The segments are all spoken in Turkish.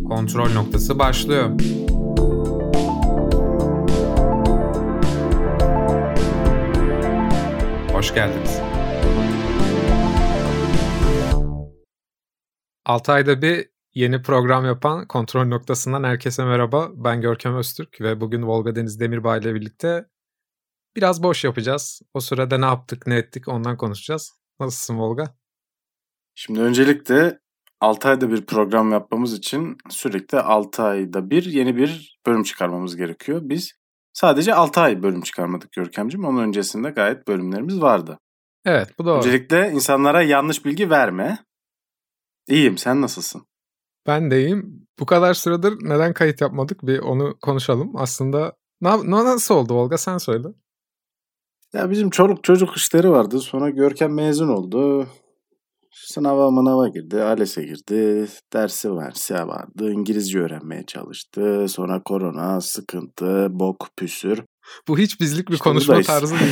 Kontrol noktası başlıyor. Hoş geldiniz. 6 ayda bir yeni program yapan Kontrol Noktası'ndan herkese merhaba. Ben Görkem Öztürk ve bugün Volga Deniz Demirbay ile birlikte biraz boş yapacağız. O sırada ne yaptık, ne ettik ondan konuşacağız. Nasılsın Volga? Şimdi öncelikle 6 ayda bir program yapmamız için sürekli 6 ayda bir yeni bir bölüm çıkarmamız gerekiyor. Biz sadece 6 ay bölüm çıkarmadık Görkemciğim. Onun öncesinde gayet bölümlerimiz vardı. Evet, bu doğru. Öncelikle insanlara yanlış bilgi verme. İyiyim, sen nasılsın? Ben de iyiyim. Bu kadar süredir neden kayıt yapmadık bir onu konuşalım. Aslında nasıl oldu Volga, sen söyle. Ya bizim çoluk çocuk işleri vardı. Sonra Görkem mezun oldu. Sınava girdi, ALES'e girdi, dersi vardı, İngilizce öğrenmeye çalıştı. Sonra korona, sıkıntı, bok, püsür. Bu hiç bizlik bir İşte konuşma buradayız. tarzı değil.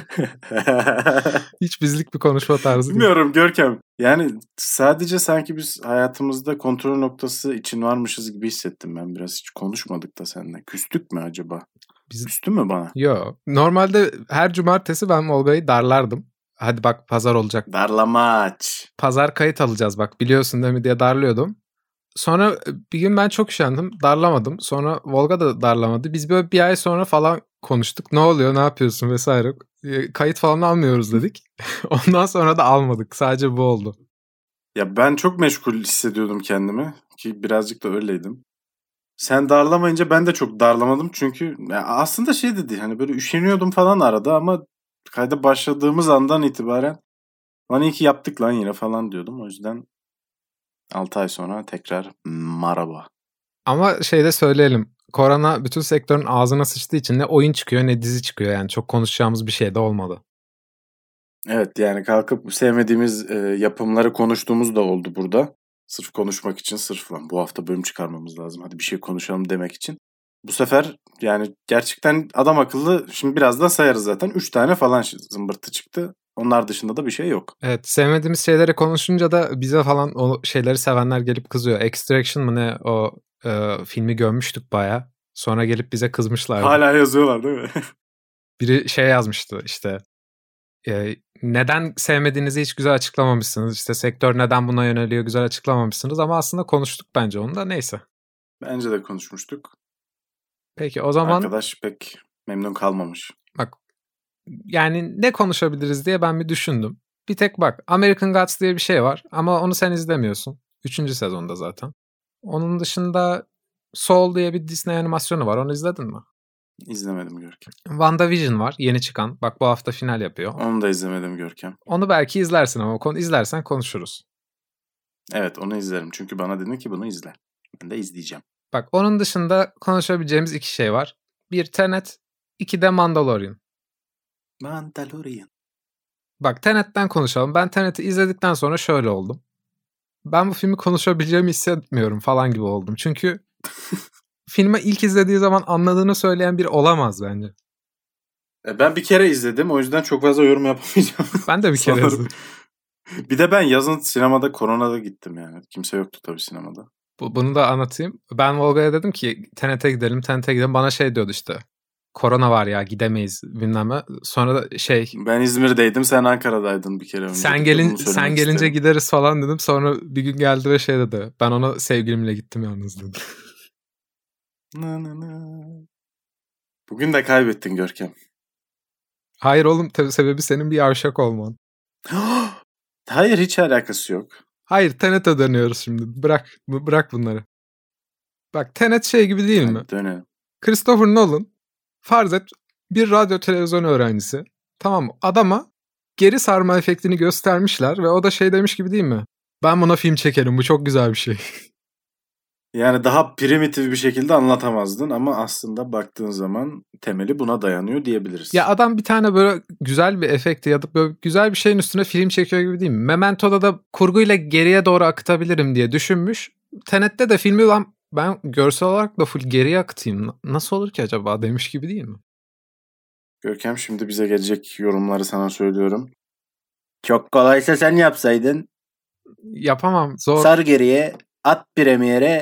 Hiç bizlik bir konuşma tarzı değil. Bilmiyorum Görkem. Yani sadece sanki biz hayatımızda kontrol noktası için varmışız gibi hissettim ben. Biraz hiç konuşmadık da seninle. Küstük mü acaba? Küstün mü bana? Yo. Normalde her cumartesi ben Volga'yı darlardım. Hadi bak pazar olacak. Darlamaç. Pazar kayıt alacağız bak biliyorsun değil mi diye darlıyordum. Sonra bir gün ben çok üşendim. Darlamadım. Sonra Volga da darlamadı. Biz böyle bir ay sonra falan konuştuk. Ne oluyor, ne yapıyorsun vesaire. Kayıt falan almıyoruz dedik. Ondan sonra da almadık. Sadece bu oldu. Ya ben çok meşgul hissediyordum kendimi. Ki birazcık da öyleydim. Sen darlamayınca ben de çok darlamadım. Çünkü ya aslında şey dedi hani böyle üşeniyordum falan arada ama kayda başladığımız andan itibaren lan iyi ki yaptık lan yine falan diyordum. O yüzden 6 ay sonra tekrar merhaba. Ama şey de söyleyelim. Korona bütün sektörün ağzına sıçtığı için ne oyun çıkıyor ne dizi çıkıyor. Yani çok konuşacağımız bir şey de olmadı. Evet yani kalkıp sevmediğimiz yapımları konuştuğumuz da oldu burada. Sırf konuşmak için sırf lan bu hafta bölüm çıkarmamız lazım. Hadi bir şey konuşalım demek için. Bu sefer yani gerçekten adam akıllı şimdi birazdan sayarız zaten. 3 tane falan zımbırtı çıktı. Onlar dışında da bir şey yok. Evet, sevmediğimiz şeyleri konuşunca da bize falan o şeyleri sevenler gelip kızıyor. Extraction mı ne o filmi görmüştük baya. Sonra gelip bize kızmışlardı. Hala yazıyorlar değil mi? Biri şey yazmıştı işte. Neden sevmediğinizi hiç güzel açıklamamışsınız. İşte sektör neden buna yöneliyor güzel açıklamamışsınız. Ama aslında konuştuk bence onu da, neyse. Bence de konuşmuştuk. Peki o zaman. Arkadaş pek memnun kalmamış. Bak yani ne konuşabiliriz diye ben bir düşündüm. Bir tek bak American Gods diye bir şey var ama onu sen izlemiyorsun. 3. sezonda zaten. Onun dışında Soul diye bir Disney animasyonu var. Onu izledin mi? İzlemedim Görkem. WandaVision var yeni çıkan. Bak bu hafta final yapıyor. Onu da izlemedim Görkem. Onu belki izlersin ama izlersen konuşuruz. Evet onu izlerim çünkü bana dedin ki bunu izle. Ben de izleyeceğim. Bak onun dışında konuşabileceğimiz 2 şey var. Bir Tenet, 2 de Mandalorian. Mandalorian. Bak Tenet'ten konuşalım. Ben Tenet'i izledikten sonra şöyle oldum. Ben bu filmi konuşabileceğimi hissetmiyorum falan gibi oldum. Çünkü filmi ilk izlediği zaman anladığını söyleyen biri olamaz bence. Ben bir kere izledim. O yüzden çok fazla yorum yapamayacağım. Ben de bir kere izledim. Bir de ben yazın sinemada koronada gittim yani. Kimse yoktu tabii sinemada. Bunu da anlatayım. Ben Volga'ya dedim ki Tenet'e gidelim. Bana şey diyordu işte. Korona var ya gidemeyiz bilmem ne. Sonra da Ben İzmir'deydim, sen Ankara'daydın bir kere önce. Sen gelince gideriz falan dedim. Sonra bir gün geldi ve şey dedi. Ben ona sevgilimle gittim yalnız dedi. Bugün de kaybettin Görkem. Hayır oğlum sebebi senin bir yavşak olman. Hayır hiç alakası yok. Hayır Tenet'e dönüyoruz şimdi. Bırak bunları. Bak Tenet şey gibi değil mi? Dönelim. Christopher Nolan farz et bir radyo televizyon öğrencisi. Tamam mı? Adama geri sarma efektini göstermişler ve o da şey demiş gibi değil mi? Ben buna film çekerim, bu çok güzel bir şey. Yani daha primitif bir şekilde anlatamazdın ama aslında baktığın zaman temeli buna dayanıyor diyebiliriz. Ya adam bir tane böyle güzel bir efekti ya da böyle güzel bir şeyin üstüne film çekiyor gibi değil mi? Memento'da da kurguyla geriye doğru akıtabilirim diye düşünmüş. Tenet'te de filmi ben görsel olarak da full geriye akıtayım. Nasıl olur ki acaba demiş gibi değil mi? Görkem şimdi bize gelecek yorumları sana söylüyorum. Çok kolaysa sen yapsaydın. Yapamam, zor. Sar geriye, at premiere,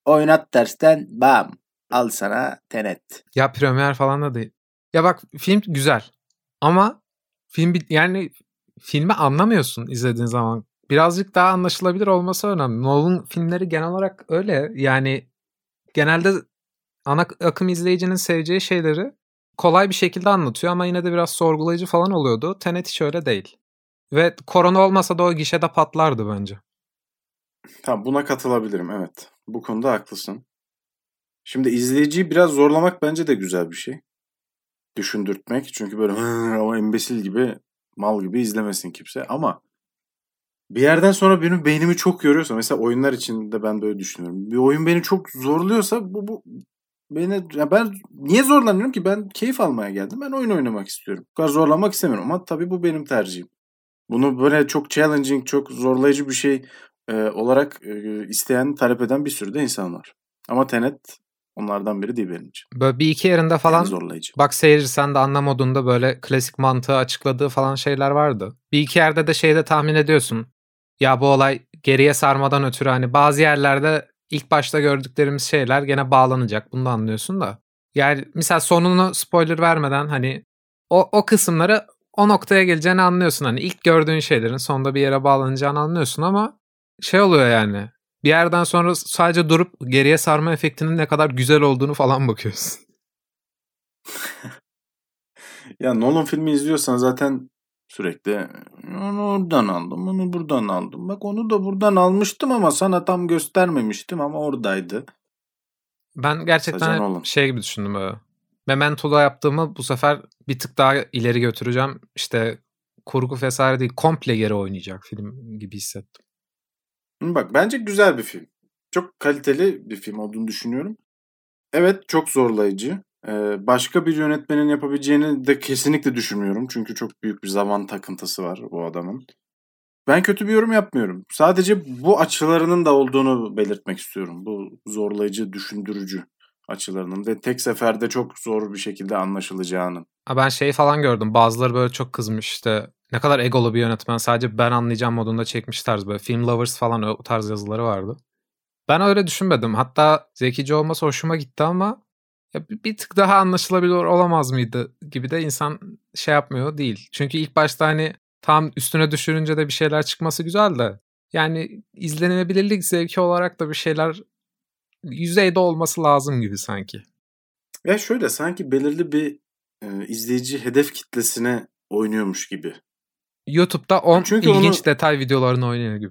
Oynat dersten bam. Al sana Tenet. Ya premier falan da değil. Ya bak film güzel. Ama yani filmi anlamıyorsun izlediğin zaman. Birazcık daha anlaşılabilir olması önemli. Nolan filmleri genel olarak öyle. Yani genelde ana akım izleyicinin seveceği şeyleri kolay bir şekilde anlatıyor ama yine de biraz sorgulayıcı falan oluyordu. Tenet hiç öyle değil. Ve korona olmasa da o gişede patlardı bence. Tamam, buna katılabilirim, evet. Bu konuda haklısın. Şimdi izleyiciyi biraz zorlamak bence de güzel bir şey. Düşündürtmek. Çünkü böyle o embesil gibi, mal gibi izlemesin kimse. Ama bir yerden sonra benim beynimi çok yoruyorsa, mesela oyunlar için de ben böyle düşünüyorum. Bir oyun beni çok zorluyorsa bu beni, ya ben niye zorlanıyorum ki? Ben keyif almaya geldim. Ben oyun oynamak istiyorum. Bu kadar zorlanmak istemiyorum ama tabii bu benim tercihim. Bunu böyle çok challenging, çok zorlayıcı bir şey olarak isteyen, talep eden bir sürü de insan var. Ama Tenet onlardan biri değil benim için. Böyle bir iki yerinde falan Yani zorlayıcı. bak seyirci sen de anla modunda böyle klasik mantığı açıkladığı falan şeyler vardı. Bir iki yerde de şeyde tahmin ediyorsun. Ya bu olay geriye sarmadan ötürü hani bazı yerlerde ilk başta gördüklerimiz şeyler gene bağlanacak. Bunu da anlıyorsun da. Yani mesela sonunu spoiler vermeden hani o kısımları o noktaya geleceğini anlıyorsun. Hani ilk gördüğün şeylerin sonunda bir yere bağlanacağını anlıyorsun ama şey oluyor yani. Bir yerden sonra sadece durup geriye sarma efektinin ne kadar güzel olduğunu falan bakıyorsun. Ya Nolan filmi izliyorsan zaten sürekli onu oradan aldım, onu buradan aldım. Bak onu da buradan almıştım ama sana tam göstermemiştim ama oradaydı. Ben Kısaca gerçekten Nolan. şey gibi düşündüm böyle. Memento'da yaptığımı bu sefer bir tık daha ileri götüreceğim. İşte kurgu vesaire değil, komple geri oynayacak film gibi hissettim. Bak bence güzel bir film. Çok kaliteli bir film olduğunu düşünüyorum. Evet, çok zorlayıcı. Başka bir yönetmenin yapabileceğini de kesinlikle düşünmüyorum. Çünkü çok büyük bir zaman takıntısı var bu adamın. Ben kötü bir yorum yapmıyorum. Sadece bu açılarının da olduğunu belirtmek istiyorum. Bu zorlayıcı, düşündürücü açılarının ve tek seferde çok zor bir şekilde anlaşılacağının. Ha ben şeyi falan gördüm. Bazıları böyle çok kızmış işte. Ne kadar egolu bir yönetmen. Sadece ben anlayacağım modunda çekmiş tarz böyle. Film Lovers falan o tarz yazıları vardı. Ben öyle düşünmedim. Hatta zekice olması hoşuma gitti ama ya bir tık daha anlaşılabilir olamaz mıydı gibi de insan şey yapmıyor değil. Çünkü ilk başta hani tam üstüne düşürünce de bir şeyler çıkması güzel de yani izlenebilirlik zevki olarak da bir şeyler yüzeyde olması lazım gibi sanki. Ya şöyle, sanki belirli bir izleyici hedef kitlesine oynuyormuş gibi. YouTube'da 10 Çünkü ilginç onu, detay videolarını oynuyor gibi.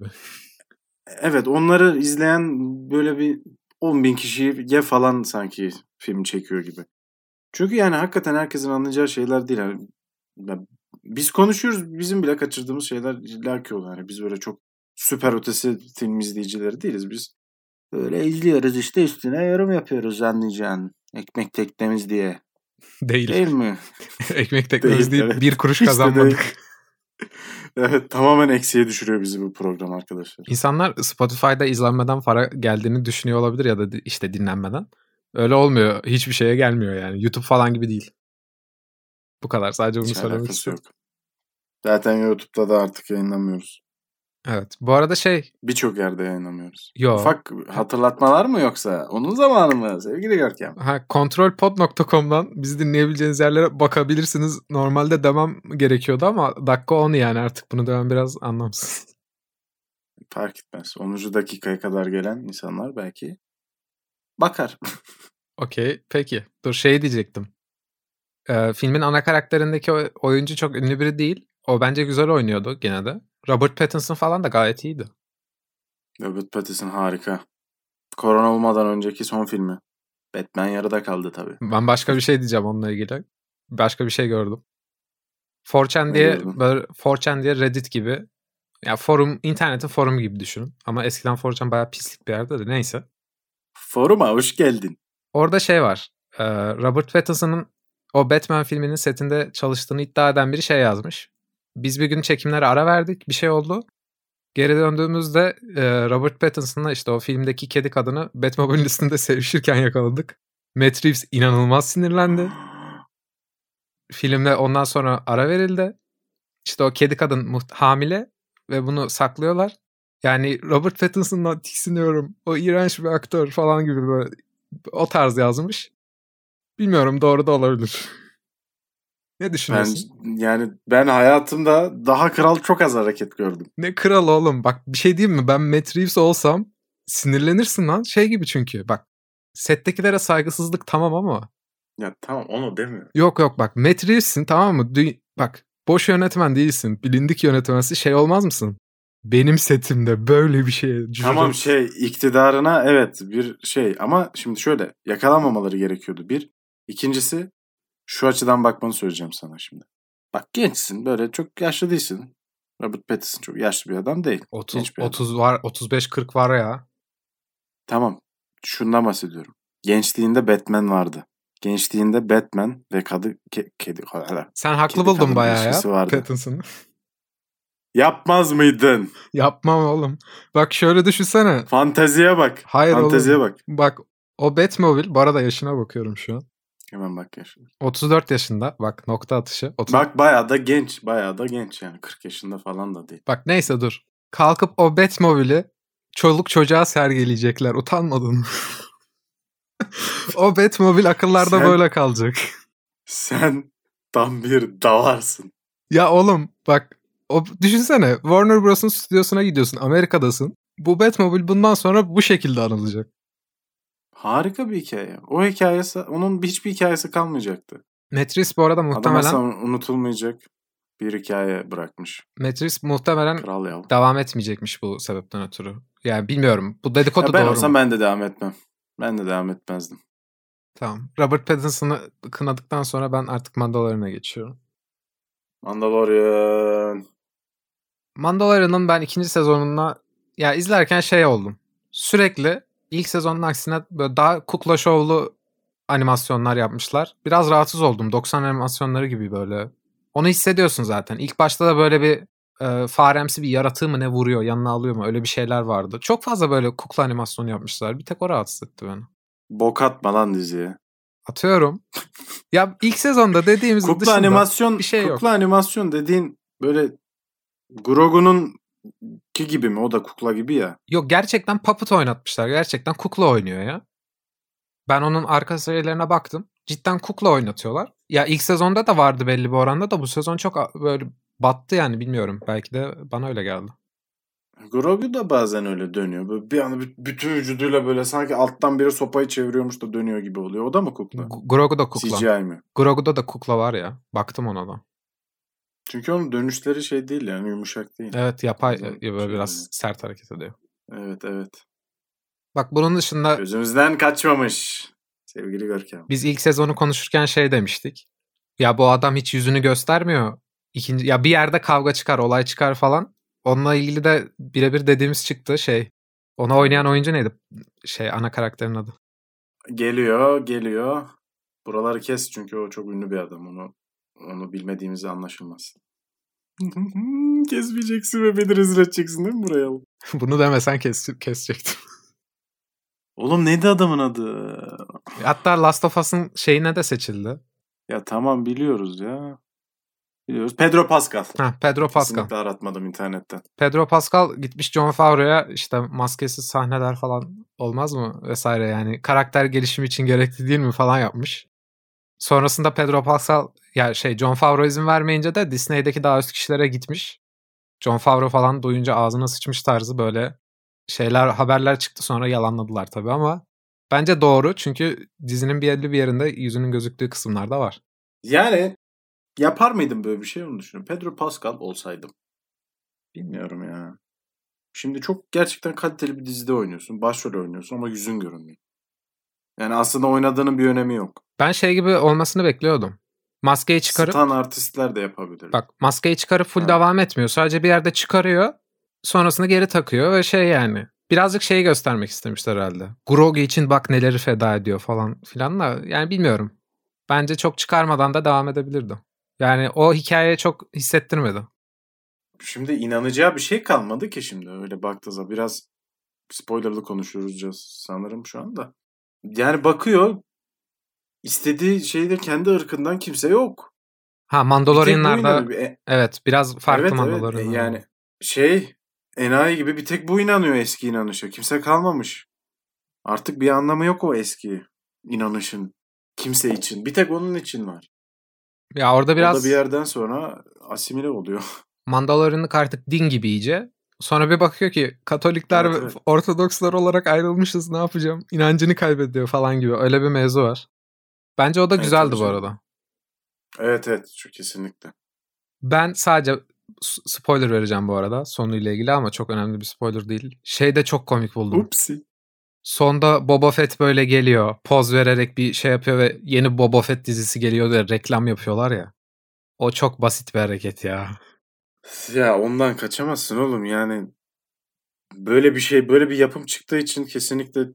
evet, onları izleyen böyle bir 10.000 kişiye falan sanki film çekiyor gibi. Çünkü yani hakikaten herkesin anlayacağı şeyler değil. Yani ya biz konuşuyoruz, bizim bile kaçırdığımız şeyler illaki oluyor. Yani biz böyle çok süper ötesi film izleyicileri değiliz. Biz böyle izliyoruz işte, üstüne yorum yapıyoruz anlayacağın. Ekmek teknemiz diye. Değil. Değil mi? Ekmek teknemiz Değil, deyip evet. bir kuruş Hiç de değil. kazanmadık. Evet, tamamen eksiye düşürüyor bizi bu program arkadaşlar. İnsanlar Spotify'da izlenmeden para geldiğini düşünüyor olabilir ya da işte dinlenmeden. Öyle olmuyor. Hiçbir şeye gelmiyor yani. YouTube falan gibi değil. Bu kadar. Sadece bunu Hiç söylemek alakası istedim. yok. Zaten YouTube'da da artık yayınlamıyoruz. Evet. Bu arada şey... Birçok yerde yayınlamıyoruz. Yo. Ufak hatırlatmalar mı yoksa? Onun zamanı mı sevgili Görkem? Kontrolpod.com'dan bizi dinleyebileceğiniz yerlere bakabilirsiniz. Normalde demem gerekiyordu ama dakika 10 yani artık bunu demem biraz anlamsız. Fark etmez. 10. dakikaya kadar gelen insanlar belki bakar. Okey. Peki. Dur şey diyecektim. Filmin ana karakterindeki oyuncu çok ünlü biri değil. O bence güzel oynuyordu gene de. Robert Pattinson falan da gayet iyiydi. Robert Pattinson harika. Korona olmadan önceki son filmi. Batman yarıda kaldı tabii. Ben başka bir şey diyeceğim onunla ilgili. Başka bir şey gördüm. 4chan Ne diye gördün? böyle 4chan diye Reddit gibi. Ya forum, internetin forumu gibi düşünün. Ama eskiden 4chan bayağı pislik bir yerde de neyse. Foruma hoş geldin. Orada şey var. Robert Pattinson'ın o Batman filminin setinde çalıştığını iddia eden biri şey yazmış. Biz bir gün çekimlere ara verdik. Bir şey oldu. Geri döndüğümüzde Robert Pattinson'la işte o filmdeki kedi kadını Batmobile'in üstünde sevişirken yakaladık. Matt Reeves inanılmaz sinirlendi. Filmde ondan sonra ara verildi. İşte o kedi kadın hamile ve bunu saklıyorlar. Yani Robert Pattinson'dan tiksiniyorum. O iğrenç bir aktör falan gibi böyle o tarz yazmış. Bilmiyorum, doğru da olabilir. Ne düşünüyorsun? Ben hayatımda daha kral çok az hareket gördüm. Ne kral oğlum. Bak bir şey diyeyim mi? Ben Matt Reeves olsam sinirlenirsin lan. Şey gibi çünkü. Bak settekilere saygısızlık tamam ama. Ya tamam, onu demiyorum. Yok bak Matt Reeves'sin tamam mı? Bak boş yönetmen değilsin. Bilindik yönetmensin. Şey olmaz mısın? Benim setimde böyle bir şey. Tamam, iktidarına evet bir şey, ama şimdi şöyle yakalanmamaları gerekiyordu bir. İkincisi, şu açıdan bakmanı söyleyeceğim sana şimdi. Bak, gençsin, böyle çok yaşlı değilsin. Robert Pattinson çok yaşlı bir adam değil. 30 Genç bir adam. 30 var, 35-40 var ya. Tamam, şundan bahsediyorum. Gençliğinde Batman vardı. Gençliğinde Batman ve kedi Sen haklı kedi buldun kadın bayağı ya ilişkisi vardı. Pattinson'ı. Yapmaz mıydın? Yapmam oğlum. Bak şöyle düşünsene. Fanteziye bak. Hayır Fanteziye oğlum. bak. Bak o Batmobile, bu arada yaşına bakıyorum şu an. Hemen bak yaşına. 34 yaşında. Bak nokta atışı. Bak bayağı da genç. Bayağı da genç yani. 40 yaşında falan da değil. Bak neyse dur. Kalkıp o Batmobile'i çoluk çocuğa sergileyecekler. Utanmadın mı? O Batmobile akıllarda böyle kalacak. Sen tam bir davarsın. Ya oğlum bak düşünsene Warner Bros'un stüdyosuna gidiyorsun. Amerika'dasın. Bu Batmobile bundan sonra bu şekilde anılacak. Harika bir hikaye. O hikayesi, onun hiçbir hikayesi kalmayacaktı. Matt Reeves bu arada muhtemelen... Adam aslında unutulmayacak bir hikaye bırakmış. Matt Reeves muhtemelen devam etmeyecekmiş bu sebepten ötürü. Yani bilmiyorum. Bu dedikodu doğru mu? Ben olsam ben de devam etmem. Ben de devam etmezdim. Tamam. Robert Pattinson'ı kınadıktan sonra ben artık Mandalorian'a geçiyorum. Mandalorian'ın ben 2. sezonunda ya izlerken şey oldum. Sürekli ilk sezonun aksine böyle daha kukla şovlu animasyonlar yapmışlar. Biraz rahatsız oldum. 90 animasyonları gibi böyle. Onu hissediyorsun zaten. İlk başta da böyle bir faremsi bir yaratığı mı ne vuruyor, yanına alıyor mu? Öyle bir şeyler vardı. Çok fazla böyle kukla animasyonu yapmışlar. Bir tek o rahatsız etti beni. Bok atma lan diziye. Atıyorum. Ya ilk sezonda dediğimiz kukla dışında animasyon, bir şey yok. Kukla animasyon dediğin böyle Grogu'nun ki gibi mi? O da kukla gibi ya. Yok, gerçekten puppet oynatmışlar. Gerçekten kukla oynuyor ya. Ben onun arka serilerine baktım. Cidden kukla oynatıyorlar. Ya ilk sezonda da vardı belli bir oranda da bu sezon çok böyle battı yani, bilmiyorum. Belki de bana öyle geldi. Grogu da bazen öyle dönüyor. Böyle bir anda bütün vücuduyla böyle sanki alttan biri sopayı çeviriyormuş da dönüyor gibi oluyor. O da mı kukla? Grogu da kukla. CGI mi? Grogu'da da kukla var ya. Baktım ona da. Çünkü onun dönüşleri şey değil yani, yumuşak değil. Evet, yapay böyle biraz sert hareket ediyor. Evet. Bak bunun dışında... Gözümüzden kaçmamış sevgili Görkem. Biz ilk sezonu konuşurken şey demiştik. Ya bu adam hiç yüzünü göstermiyor. Ya bir yerde kavga çıkar, olay çıkar falan. Onunla ilgili de birebir dediğimiz çıktı şey. Ona oynayan oyuncu neydi? Ana karakterin adı. Geliyor. Buraları kes çünkü o çok ünlü bir adam. Onu bilmediğimizi anlaşılmaz. Kesmeyeceksin ve beni rezil edeceksin değil mi buraya? Bunu demesen kesecektim. Oğlum neydi adamın adı? Hatta Last of Us'ın şeyine de seçildi. Ya tamam, biliyoruz ya. Biliyoruz. Pedro Pascal. Pedro Pascal. Kesinlikle aratmadım internetten. Pedro Pascal gitmiş Jon Favreau'ya işte maskesiz sahneler falan olmaz mı vesaire, yani karakter gelişimi için gerekli değil mi falan yapmış. Sonrasında Pedro Pascal Jon Favreau izin vermeyince de Disney'deki daha üst kişilere gitmiş. Jon Favreau falan duyunca ağzına sıçmış tarzı böyle haberler çıktı, sonra yalanladılar tabii ama bence doğru, çünkü dizinin bir yerinde yüzünün gözüktüğü kısımlarda var. Yani yapar mıydım böyle bir şey, onu düşünüyorum. Pedro Pascal olsaydım. Bilmiyorum ya. Şimdi çok gerçekten kaliteli bir dizide oynuyorsun. Başrol oynuyorsun ama yüzün görünmüyor. Yani aslında oynadığının bir önemi yok. Ben gibi olmasını bekliyordum. Maskeyi çıkarıp... Stan artistler de yapabilir. Bak maskeyi çıkarıp full devam etmiyor. Sadece bir yerde çıkarıyor. Sonrasında geri takıyor ve yani. Birazcık göstermek istemişler herhalde. Grogu için bak neleri feda ediyor falan filan da. Yani bilmiyorum. Bence çok çıkarmadan da devam edebilirdi. Yani o hikayeye çok hissettirmedi. Şimdi inanacağı bir şey kalmadı ki şimdi. Öyle baktığınızda biraz spoilerlı konuşuyoruz sanırım şu anda. Yani bakıyor, istediği şeyde kendi ırkından kimse yok. Mandalorianlarda evet biraz farklı Mandalorianlar. Yani enayi gibi bir tek bu inanıyor eski inanışa. Kimse kalmamış. Artık bir anlamı yok o eski inanışın kimse için. Bir tek onun için var. Ya orada O da biraz bir yerden sonra asimile oluyor. Mandalorianlık artık din gibi iyice. Sonra bir bakıyor ki Katolikler Evet, ve evet. Ortodokslar olarak ayrılmışız, ne yapacağım? İnancını kaybediyor falan gibi. Öyle bir mevzu var. Bence o da Evet, tabii güzeldi bu canım. arada. Evet, evet. Çok kesinlikle. Ben sadece spoiler vereceğim bu arada sonuyla ilgili ama çok önemli bir spoiler değil. Şeyde çok komik buldum. Upsi. Sonda Boba Fett böyle geliyor. Poz vererek bir şey yapıyor ve yeni Boba Fett dizisi geliyor diye reklam yapıyorlar ya. O çok basit bir hareket ya. Ya ondan kaçamazsın oğlum. Yani böyle bir şey, böyle bir yapım çıktığı için kesinlikle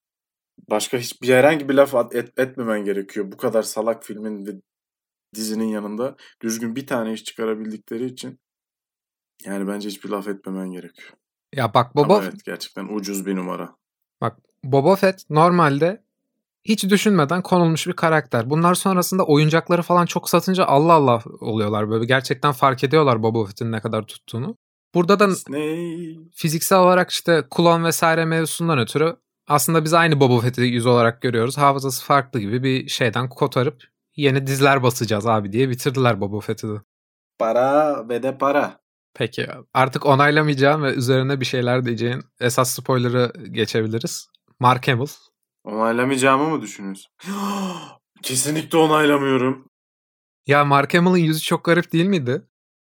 başka hiçbir herhangi bir laf etmemen gerekiyor. Bu kadar salak filmin ve dizinin yanında düzgün bir tane iş çıkarabildikleri için yani bence hiçbir laf etmemen gerekiyor. Ya bak Ama evet, gerçekten ucuz bir numara. Boba Fett normalde hiç düşünmeden konulmuş bir karakter. Bunlar sonrasında oyuncakları falan çok satınca Allah Allah oluyorlar. Böyle gerçekten fark ediyorlar Boba Fett'in ne kadar tuttuğunu. Burada da Disney. fiziksel olarak işte klon vesaire mevzusundan ötürü aslında biz aynı Boba Fett'i yüz olarak görüyoruz. Hafızası farklı gibi bir şeyden kotarıp yeni diziler basacağız abi diye bitirdiler Boba Fett'i de. Para ve de para. Peki artık onaylamayacağım ve üzerine bir şeyler diyeceğin esas spoiler'ı geçebiliriz. Mark Hamill. Onaylamayacağımı mı düşünüyorsun? Kesinlikle onaylamıyorum. Ya Mark Hamill'in yüzü çok garip değil miydi?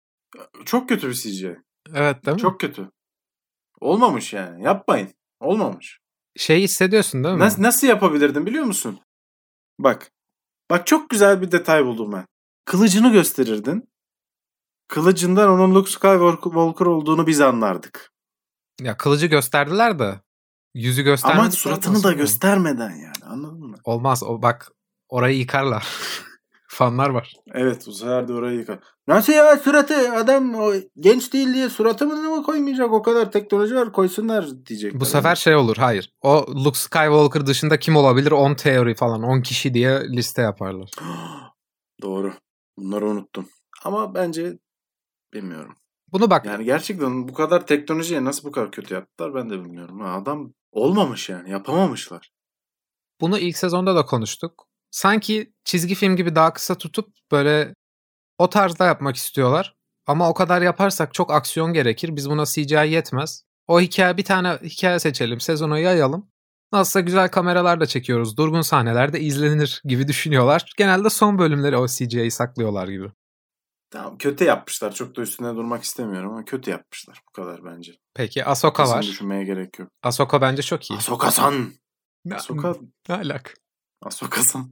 Çok kötü bir CGI. Evet, değil mi? Çok kötü. Olmamış yani. Yapmayın. Olmamış. Şey hissediyorsun değil mi? Nasıl yapabilirdim biliyor musun? Bak. Bak, çok güzel bir detay buldum ben. Kılıcını gösterirdin. Kılıcından onun Luke Skywalker olduğunu biz anlardık. Ya kılıcı gösterdiler de yüzü Ama göstermedikleri suratını nasıl da oluyor? göstermeden yani, anladın mı? Olmaz. O bak orayı yıkarlar. Fanlar var. Evet, bu sefer de orayı yıkar. Nasıl ya, suratı adam genç değil diye suratını mı koymayacak, o kadar teknoloji var, koysunlar diyecekler. Bu sefer şey olur. Hayır. O Luke Skywalker dışında kim olabilir? 10 teori falan. 10 kişi diye liste yaparlar. Doğru. Bunları unuttum. Ama bence bilmiyorum. Bunu bak. Yani gerçekten bu kadar teknolojiye nasıl bu kadar kötü yaptılar ben de bilmiyorum. Adam olmamış yani, yapamamışlar. Bunu ilk sezonda da konuştuk. Sanki çizgi film gibi daha kısa tutup böyle o tarzda yapmak istiyorlar. Ama o kadar yaparsak çok aksiyon gerekir. Biz buna CGI yetmez. O hikaye, bir tane hikaye seçelim. Sezona yayalım. Nasılsa güzel kameralarla çekiyoruz. Durgun sahnelerde izlenir gibi düşünüyorlar. Genelde son bölümleri o CGI'yi saklıyorlar gibi. Tamam, kötü yapmışlar. Çok da üstüne durmak istemiyorum ama kötü yapmışlar. Bu kadar bence. Peki Ahsoka Kesin var. düşünmeye gerek yok. Ahsoka bence çok iyi. Ahsoka-san. Ne, Ahsoka. ne alak? Ahsoka-san.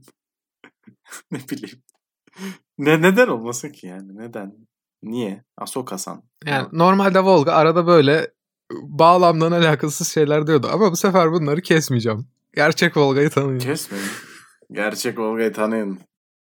Ne bileyim. Neden olmasın ki yani? Neden? Niye? Ahsoka-san. Yani normalde Volga arada böyle bağlamdan alakasız şeyler diyordu. Ama bu sefer bunları kesmeyeceğim. Gerçek Volga'yı tanıyın. Kesmeyin. Gerçek Olga'yı tanıyın.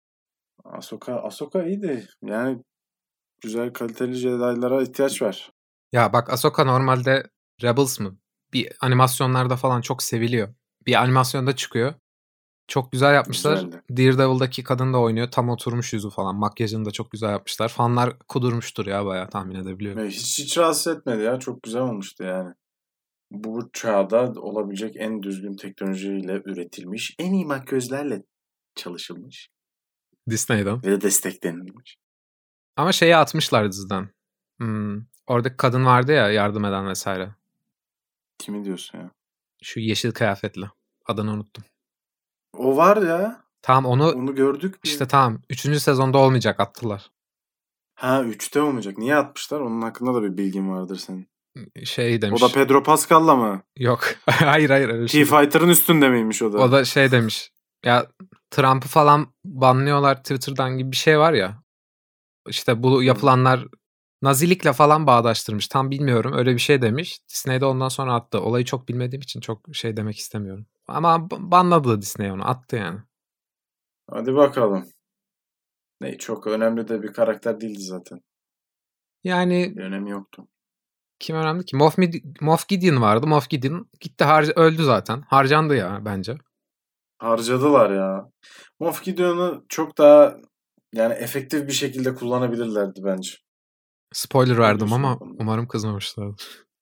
Ahsoka iyiydi. Yani güzel, kaliteli Jedi'lara ihtiyaç var. Ya bak Ahsoka normalde Rebels mı? Bir animasyonlarda falan çok seviliyor. Bir animasyonda çıkıyor. Çok güzel yapmışlar. Güzeldi. Daredevil'daki kadın da oynuyor. Tam oturmuş yüzü falan. Makyajını da çok güzel yapmışlar. Fanlar kudurmuştur ya, bayağı tahmin edebiliyorum. Ve hiç rahatsız etmedi ya. Çok güzel olmuştu yani. Bu çağda olabilecek en düzgün teknolojiyle üretilmiş, en iyi makyözlerle çalışılmış Disney'den. ve de desteklenilmiş. Ama şeyi atmışlar diziden. Oradaki kadın vardı ya, yardım eden vesaire. Kimi diyorsun ya? Şu yeşil kıyafetli. Adını unuttum. O var ya. Tamam onu Onu gördük. işte tamam. 3. sezonda olmayacak, attılar. Ha, 3'te olmayacak. Niye atmışlar? Onun hakkında da bir bilgin vardır senin. Şey O demiş. da Pedro Pascal'la mı? Yok. Hayır öyle bir şey değil. T-Fighter'ın üstünde miymiş o da? O da şey demiş. Ya Trump'ı falan banlıyorlar Twitter'dan gibi bir şey var ya. İşte bu yapılanlar Nazilikle falan bağdaştırmış. Tam bilmiyorum. Öyle bir şey demiş. Disney de ondan sonra attı. Olayı çok bilmediğim için çok şey demek istemiyorum. Ama banladı Disney onu. Attı yani. Hadi bakalım. Ne, çok önemli de bir karakter değildi zaten. Yani Bir önemi yoktu. kim önemli ki? Moff Gideon vardı. Moff Gideon gitti, öldü zaten. Harcandı ya bence. Harcadılar ya. Moff Gideon'u çok daha yani efektif bir şekilde kullanabilirlerdi bence. Spoiler verdim diyorsun ama o konuda? umarım kızmamışlardır.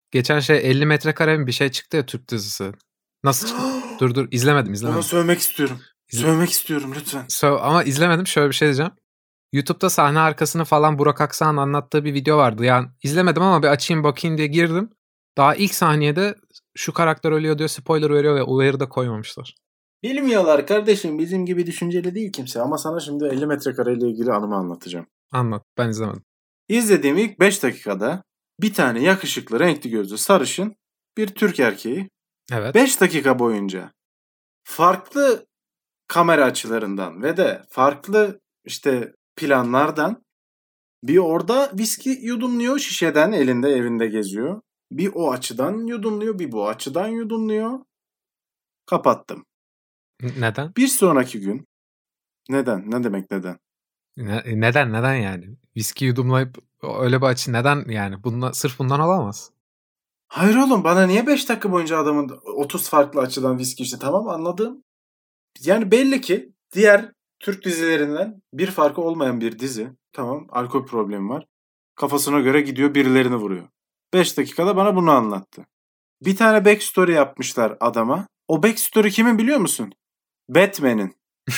Geçen 50 metrekare mi bir şey çıktı ya, Türk dizisi. Nasıl çıktı? Dur izlemedim. Ona sövmek istiyorum. Sövmek istiyorum lütfen. Ama izlemedim. Şöyle bir şey diyeceğim. YouTube'da sahne arkasını falan Burak Aksak'ın anlattığı bir video vardı. Yani izlemedim ama bir açayım bakayım diye girdim. Daha ilk saniyede şu karakter ölüyor diyor, spoiler veriyor ve uyarı da koymamışlar. Bilmiyorlar kardeşim, bizim gibi düşünceli değil kimse, ama sana şimdi 50 metrekare ile ilgili anımı anlatacağım. Anlat, ben izlemedim. İzlediğim ilk 5 dakikada bir tane yakışıklı, renkli gözlü, sarışın bir Türk erkeği, Evet. 5 dakika boyunca farklı kamera açılarından ve de farklı işte planlardan bir orada viski yudumluyor şişeden, elinde evinde geziyor. Bir o açıdan yudumluyor, bir bu açıdan yudumluyor. Kapattım. Neden? Bir sonraki gün neden? Ne demek neden? Neden yani? Viski yudumlayıp öyle bir açı neden yani? Sırf bundan olamaz. Hayır oğlum, bana niye 5 dakika boyunca adamın 30 farklı açıdan viski içti, tamam anladım. Yani belli ki diğer Türk dizilerinden bir farkı olmayan bir dizi. Tamam, alkol problemi var. Kafasına göre gidiyor birilerini vuruyor. 5 dakikada bana bunu anlattı. Bir tane backstory yapmışlar adama. O backstory kimin biliyor musun? Batman'in.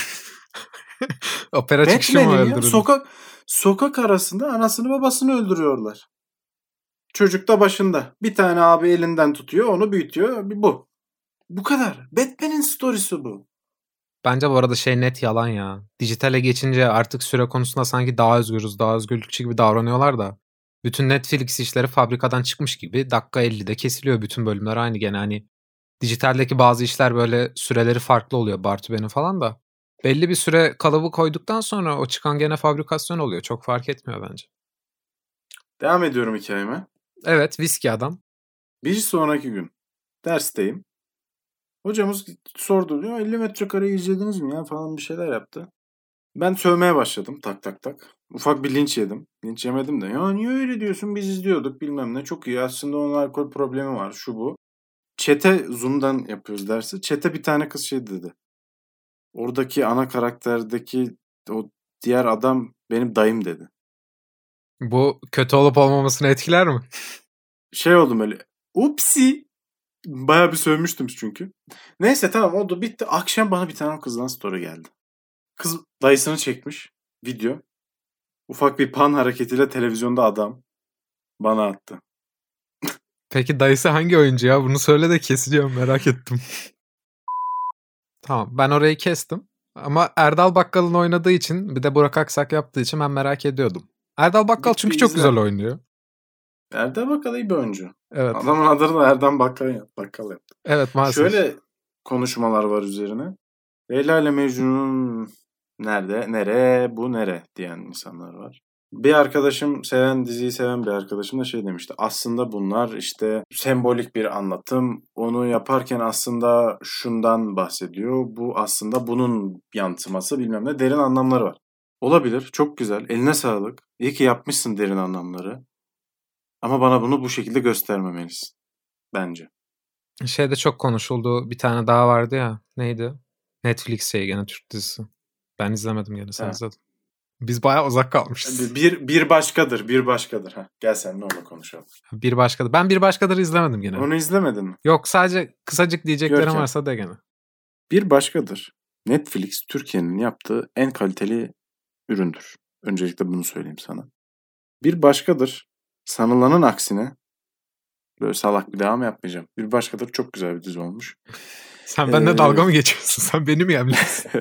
Opera çıkışı mı Batman'in ya. öldürüldü? Sokak arasında anasını babasını öldürüyorlar. Çocuk da başında. Bir tane abi elinden tutuyor, onu büyütüyor. Bu. Bu kadar. Batman'in storiesi bu. Bence bu arada net yalan ya. Dijitale geçince artık süre konusunda sanki daha özgürüz, daha özgürlükçü gibi davranıyorlar da. Bütün Netflix işleri fabrikadan çıkmış gibi dakika 50'de kesiliyor, bütün bölümler aynı gene. Hani dijitaldeki bazı işler böyle süreleri farklı oluyor, Bartube'nin falan da. Belli bir süre kalıbı koyduktan sonra o çıkan gene fabrikasyon oluyor. Çok fark etmiyor bence. Devam ediyorum hikayeme. Evet, viski adam. Bir sonraki gün dersteyim. Hocamız sordu, diyor 50 metrekareyi izlediniz mi ya falan, bir şeyler yaptı. Ben sövmeye başladım tak tak tak. Ufak bir linç yedim. Linç yemedim de. Ya niye öyle diyorsun, biz izliyorduk bilmem ne. Çok iyi, aslında onun alkol problemi var, şu bu. Chat'e Zoom'dan yapıyoruz dersi. Chat'e bir tane kız şey dedi. Oradaki ana karakterdeki o diğer adam benim dayım dedi. Bu kötü olup olmamasını etkiler mi? Şey oldum öyle. Upsi. Bayağı bir sövmüştüm çünkü. Neyse tamam, oldu bitti. Akşam bana bir tane kızdan story geldi. Kız dayısını çekmiş video. Ufak bir pan hareketiyle televizyonda adam bana attı. Peki dayısı hangi oyuncu ya? Bunu söyle de keseceğim, merak ettim. Tamam, ben orayı kestim. Ama Erdal Bakkal'ın oynadığı için, bir de Burak Aksak yaptığı için ben merak ediyordum. Erdal Bakkal Git çünkü bir çok izle. güzel oynuyor. Erdem Bakkal iyi bir oyuncu. Evet. Adamın adını da Erdem Bakkal yaptı. Evet, maalesef. Şöyle konuşmalar var üzerine. Leyla ile Mecnun nere, bu nere diyen insanlar var. Bir arkadaşım, diziyi seven bir arkadaşım da şey demişti. Aslında bunlar işte sembolik bir anlatım. Onu yaparken aslında şundan bahsediyor. Bu aslında bunun yansıması, bilmem ne, derin anlamları var. Olabilir. Çok güzel. Eline sağlık. İyi ki yapmışsın derin anlamları. Ama bana bunu bu şekilde göstermemelisin. Bence. Şeyde çok konuşuldu. Bir tane daha vardı ya. Neydi? Netflix gene Türk dizisi. Ben izlemedim gene, sen Ha. izledin. Biz bayağı uzak kalmışız. Bir başkadır. Ha, gel seninle onu konuşalım. Bir başkadır. Ben bir başkadır izlemedim gene. Onu izlemedin mi? Yok, sadece kısacık diyeceklerim Görkem. varsa de gene. Bir başkadır. Netflix Türkiye'nin yaptığı en kaliteli üründür. Öncelikle bunu söyleyeyim sana. Bir başkadır. Sanılanın aksine, böyle salak bir devam yapmayacağım. Bir başkadır çok güzel bir dizi olmuş. Sen benimle dalga mı geçiyorsun? Sen beni mi yemliyorsun?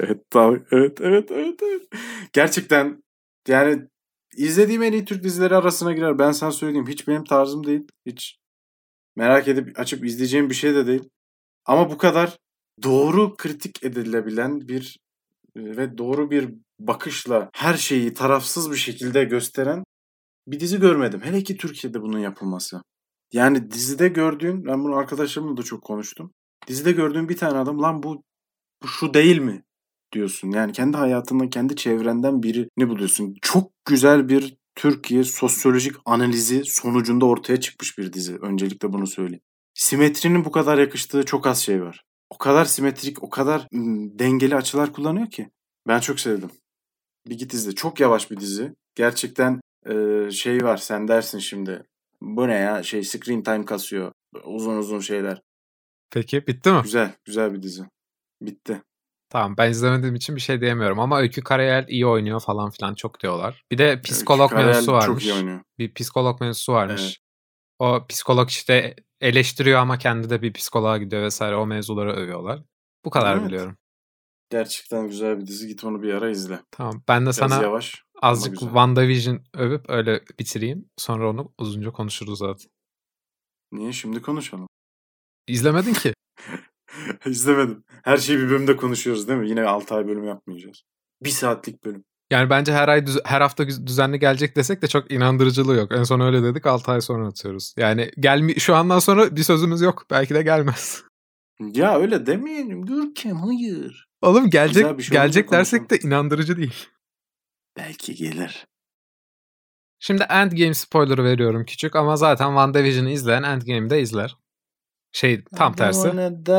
Evet. Gerçekten yani izlediğim en iyi Türk dizileri arasına girer. Ben sana söyleyeyim. Hiç benim tarzım değil. Hiç merak edip açıp izleyeceğim bir şey de değil. Ama bu kadar doğru kritik edilebilen bir ve doğru bir bakışla her şeyi tarafsız bir şekilde gösteren bir dizi görmedim. Hele ki Türkiye'de bunun yapılması. Yani dizide gördüğün, ben bunu arkadaşlarımla da çok konuştum. Dizide gördüğün bir tane adam, lan bu şu değil mi diyorsun. Yani kendi hayatından, kendi çevrenden birini buluyorsun. Çok güzel bir Türkiye sosyolojik analizi sonucunda ortaya çıkmış bir dizi. Öncelikle bunu söyleyeyim. Simetrinin bu kadar yakıştığı çok az şey var. O kadar simetrik, o kadar dengeli açılar kullanıyor ki. Ben çok sevdim. Bir git izle. Çok yavaş bir dizi. Gerçekten şey var, sen dersin şimdi. Bu ne ya? Screen time kasıyor. Uzun uzun şeyler. Peki bitti mi? Güzel bir dizi. Bitti. Tamam, ben izlemediğim için bir şey diyemiyorum ama Öykü Karayel iyi oynuyor falan filan çok diyorlar. Bir de psikolog Karayel mevzusu varmış. çok iyi oynuyor. Bir psikolog mevzusu varmış. Evet. O psikolog işte eleştiriyor ama kendi de bir psikoloğa gidiyor vesaire, o mevzuları övüyorlar. Bu kadar Evet. biliyorum. Gerçekten güzel bir dizi. Git onu bir ara izle. Tamam, ben de Biraz sana yavaş, azıcık güzel. WandaVision övüp öyle bitireyim. Sonra onu uzunca konuşuruz zaten. Niye? Şimdi konuşalım. İzlemedin ki. İzlemedim. Her şeyi bir bölümde konuşuyoruz değil mi? Yine 6 ay bölüm yapmayacağız. 1 saatlik bölüm. Yani bence her hafta düzenli gelecek desek de çok inandırıcılığı yok. En son öyle dedik, 6 ay sonra atıyoruz. Yani şu andan sonra bir sözümüz yok. Belki de gelmez. Ya öyle demeyelim Görkem, hayır. Oğlum Güzel bir şey olunca gelecek dersek konuşalım. de inandırıcı değil. Belki gelir. Şimdi Endgame spoiler'ı veriyorum küçük ama zaten WandaVision'ı izleyen Endgame'i de izler. Tam tersi.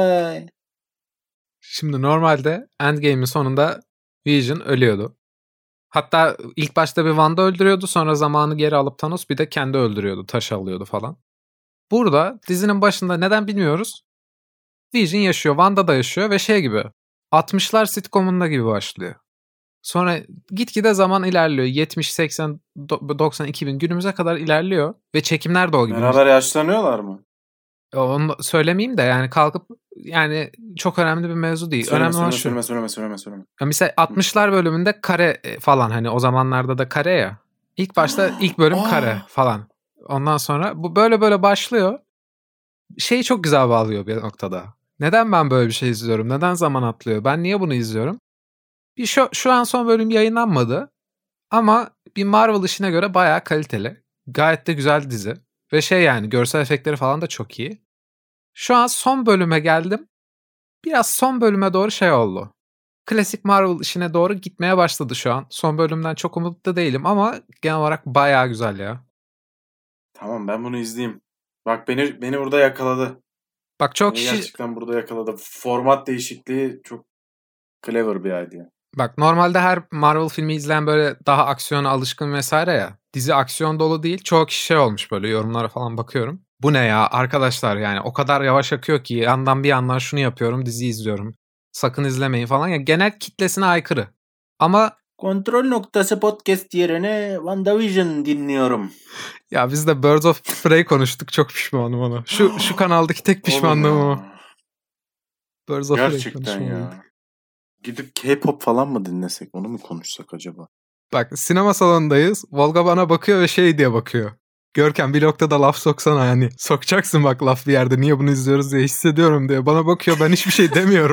Şimdi normalde Endgame'in sonunda Vision ölüyordu. Hatta ilk başta bir Wanda öldürüyordu, sonra zamanı geri alıp Thanos bir de kendi öldürüyordu. Taş alıyordu falan. Burada dizinin başında neden bilmiyoruz, Vision yaşıyor, Wanda da yaşıyor ve gibi 60'lar sitcomunda gibi başlıyor. Sonra gitgide zaman ilerliyor. 70, 80, 90, 2000 günümüze kadar ilerliyor ve çekimler de o gibi. Beraber yaşlanıyorlar mı? Onu söylemeyeyim de yani kalkıp, yani çok önemli bir mevzu değil. Önemli olan şu. Söyleme. Mesela 60'lar bölümünde kare falan, hani o zamanlarda da kare ya. İlk başta ilk bölüm kare falan. Ondan sonra bu böyle başlıyor. Çok güzel bağlıyor bir noktada. Neden ben böyle bir şey izliyorum? Neden zaman atlıyor? Ben niye bunu izliyorum? Şu an son bölüm yayınlanmadı. Ama bir Marvel işine göre bayağı kaliteli. Gayet de güzel dizi. Ve yani görsel efektleri falan da çok iyi. Şu an son bölüme geldim. Biraz son bölüme doğru oldu. Klasik Marvel işine doğru gitmeye başladı şu an. Son bölümden çok umutlu değilim ama genel olarak bayağı güzel ya. Tamam, ben bunu izleyeyim. Bak beni burada yakaladı. Bak çok kişi... Gerçekten burada yakaladı. Format değişikliği çok clever bir idea. Bak normalde her Marvel filmi izleyen böyle daha aksiyona alışkın vesaire ya. Dizi aksiyon dolu değil. Çoğu kişi olmuş, böyle yorumlara falan bakıyorum. Bu ne ya arkadaşlar, yani o kadar yavaş akıyor ki bir yandan şunu yapıyorum, dizi izliyorum. Sakın izlemeyin falan ya, genel kitlesine aykırı. Ama Kontrol Noktası podcast yerine WandaVision dinliyorum. Ya biz de Birds of Prey konuştuk, çok pişmanım ona. Şu kanaldaki tek pişmanlığım o. Birds of Prey konuşmalıydık. Ya. Gidip K-pop falan mı dinlesek? Onu mu konuşsak acaba? Bak sinema salonundayız. Volga bana bakıyor ve diye bakıyor. Görkem bir noktada laf soksana yani. Sokacaksın bak laf bir yerde. Niye bunu izliyoruz diye hissediyorum diye. Bana bakıyor, ben hiçbir şey demiyorum.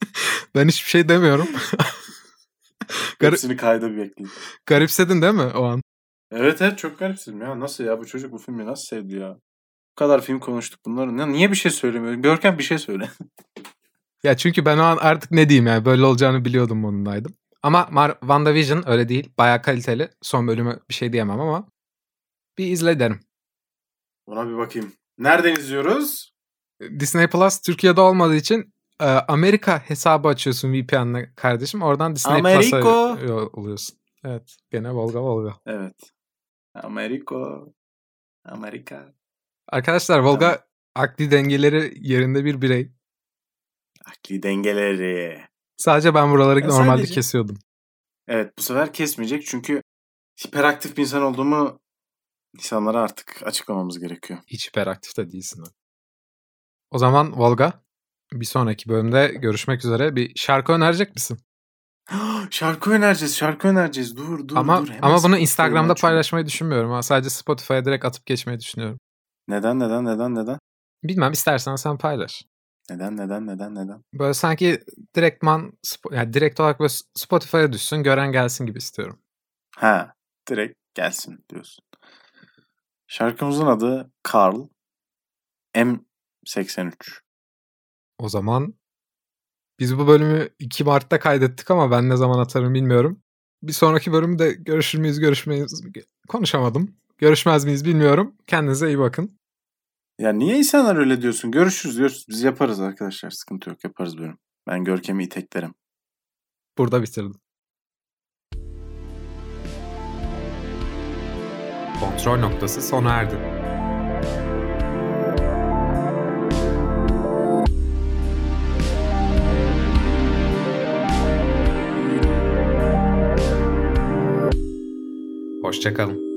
Hepsini kayda bir bekleyin. Garipsedin değil mi o an? Evet çok garipsedim ya. Nasıl ya, bu çocuk bu filmi nasıl sevdi ya? Bu kadar film konuştuk bunları. Niye bir şey söylemiyor? Görkem bir şey söyle. Ya çünkü ben o an artık ne diyeyim yani, böyle olacağını biliyordum, modundaydım. Ama WandaVision öyle değil. Bayağı kaliteli. Son bölümü bir şey diyemem ama bir izle derim. Ona bir bakayım. Nereden izliyoruz? Disney Plus Türkiye'de olmadığı için Amerika hesabı açıyorsun VPN'le kardeşim. Oradan Disney Plus'a oluyorsun. Evet. Gene Volga. Evet. Amerika. Arkadaşlar Volga tamam. Akli dengeleri yerinde bir birey. Akli dengeleri. Sadece ben buraları normalde kesiyordum. Evet, bu sefer kesmeyecek çünkü hiperaktif bir insan olduğumu insanlara artık açıklamamız gerekiyor. Hiç hiperaktif de değilsin. O zaman Volga, bir sonraki bölümde görüşmek üzere. Bir şarkı önerecek misin? Şarkı önereceğiz. Dur. Ama bunu Instagram'da paylaşmayı düşünmüyorum. Sadece Spotify'a direkt atıp geçmeyi düşünüyorum. Neden? Bilmem, istersen sen paylaş. Neden? Böyle sanki direkt olarak böyle Spotify'a düşsün, gören gelsin gibi istiyorum. Ha, direkt gelsin diyorsun. Şarkımızın adı Carl M83. O zaman biz bu bölümü 2 Mart'ta kaydettik ama ben ne zaman atarım bilmiyorum. Bir sonraki bölümde görüşür müyüz, görüşmeyiz, konuşamadım. Görüşmez miyiz bilmiyorum. Kendinize iyi bakın. Ya niye insanlar öyle diyorsun? Görüşürüz. Biz yaparız arkadaşlar. Sıkıntı yok, yaparız bölüm. Ben Görkem'i iteklerim. Burada bitirdim. Kontrol noktası sona erdi. Hoşça kalın.